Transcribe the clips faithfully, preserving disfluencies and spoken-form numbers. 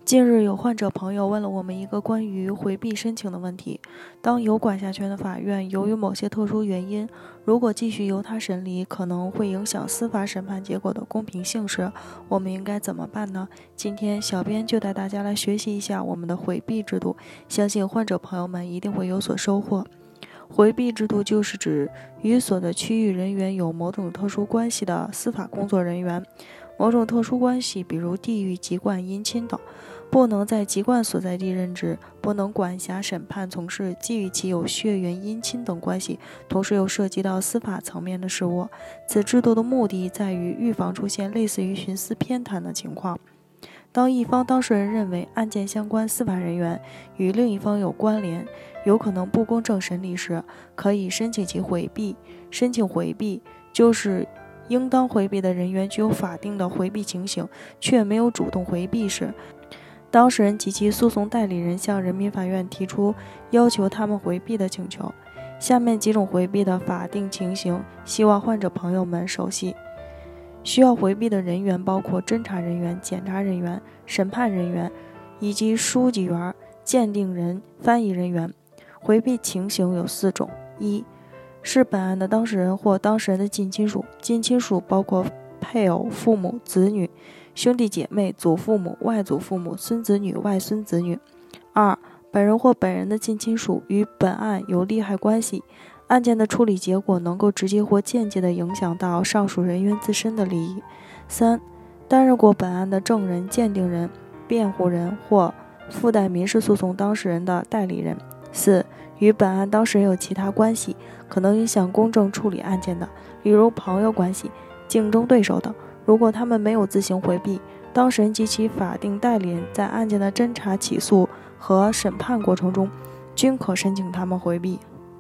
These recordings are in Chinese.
近日有患者朋友问了我们一个关于回避申请的问题：当有管辖权的法院由于某些特殊原因，如果继续由他审理可能会影响司法审判结果的公平性时，我们应该怎么办呢？今天小编就带大家来学习一下我们的回避制度，相信患者朋友们一定会有所收获。回避制度就是指与所的区域人员有某种特殊关系的司法工作人员，某种特殊关系，比如地域、籍贯、姻亲等，不能在籍贯所在地任职，不能管辖审判从事既与其有血缘姻亲等关系，同时又涉及到司法层面的事务。此制度的目的在于预防出现类似于徇私偏袒的情况。当一方当事人认为案件相关司法人员与另一方有关联，有可能不公正审理时，可以申请其回避。申请回避就是应当回避的人员具有法定的回避情形，却没有主动回避时，当事人及其诉讼代理人向人民法院提出要求他们回避的请求。下面几种回避的法定情形，希望患者朋友们熟悉。需要回避的人员包括侦查人员、检察人员、审判人员以及书记员、鉴定人、翻译人员。回避情形有四种：一是本案的当事人或当事人的近亲属，近亲属包括配偶、父母、子女、兄弟姐妹、祖父母、外祖父母、孙子女、外孙子女。二本人或本人的近亲属与本案有利害关系，案件的处理结果能够直接或间接地影响到上述人员自身的利益。三担任过本案的证人、鉴定人、辩护人或附带民事诉讼当事人的代理人。四与本案当事人有其他关系，可能影响公正处理案件的，例如朋友关系、竞争对手等。如果他们没有自行回避，当事人及其法定代理人在案件的侦查、起诉和审判过程中，均可申请他们回避。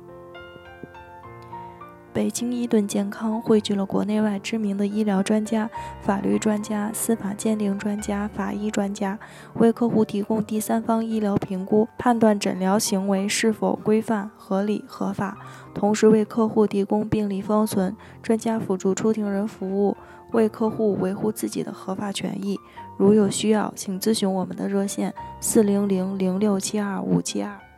北京伊顿健康汇聚了国内外知名的医疗专家、法律专家、司法鉴定专家、法医专家，为客户提供第三方医疗评估，判断诊疗行为是否规范、合理、合法，同时为客户提供病历封存、专家辅助出庭人服务，为客户维护自己的合法权益。如有需要，请咨询我们的热线四零零零六七二五七二。